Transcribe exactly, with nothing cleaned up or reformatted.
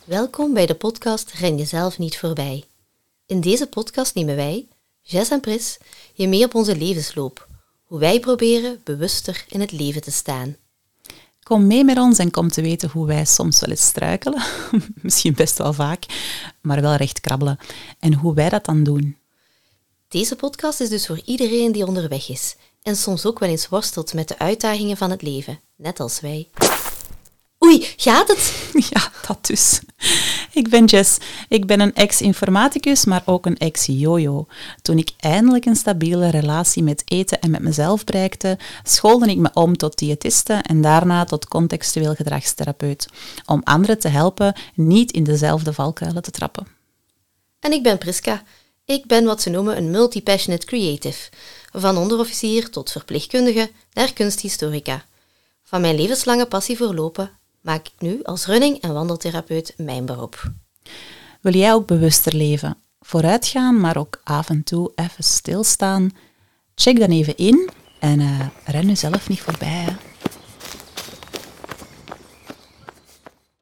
Welkom bij de podcast Ren jezelf niet voorbij. In deze podcast nemen wij, Jess en Pris, je mee op onze levensloop. Hoe wij proberen bewuster in het leven te staan. Kom mee met ons en kom te weten hoe wij soms wel eens struikelen. Misschien best wel vaak, maar wel recht krabbelen. En hoe wij dat dan doen. Deze podcast is dus voor iedereen die onderweg is. En soms ook wel eens worstelt met de uitdagingen van het leven. Net als wij. Oei, gaat het? Ja, dat dus. Ik ben Jess. Ik ben een ex-informaticus, maar ook een ex-jojo. Toen ik eindelijk een stabiele relatie met eten en met mezelf bereikte, schoolde ik me om tot diëtiste en daarna tot contextueel gedragstherapeut. Om anderen te helpen niet in dezelfde valkuilen te trappen. En ik ben Priska. Ik ben wat ze noemen een multi-passionate creative. Van onderofficier tot verpleegkundige naar kunsthistorica. Van mijn levenslange passie voor lopen maak ik nu als running- en wandeltherapeut mijn beroep. Wil jij ook bewuster leven? Vooruitgaan, maar ook af en toe even stilstaan? Check dan even in en uh, ren jezelf niet voorbij. Hè?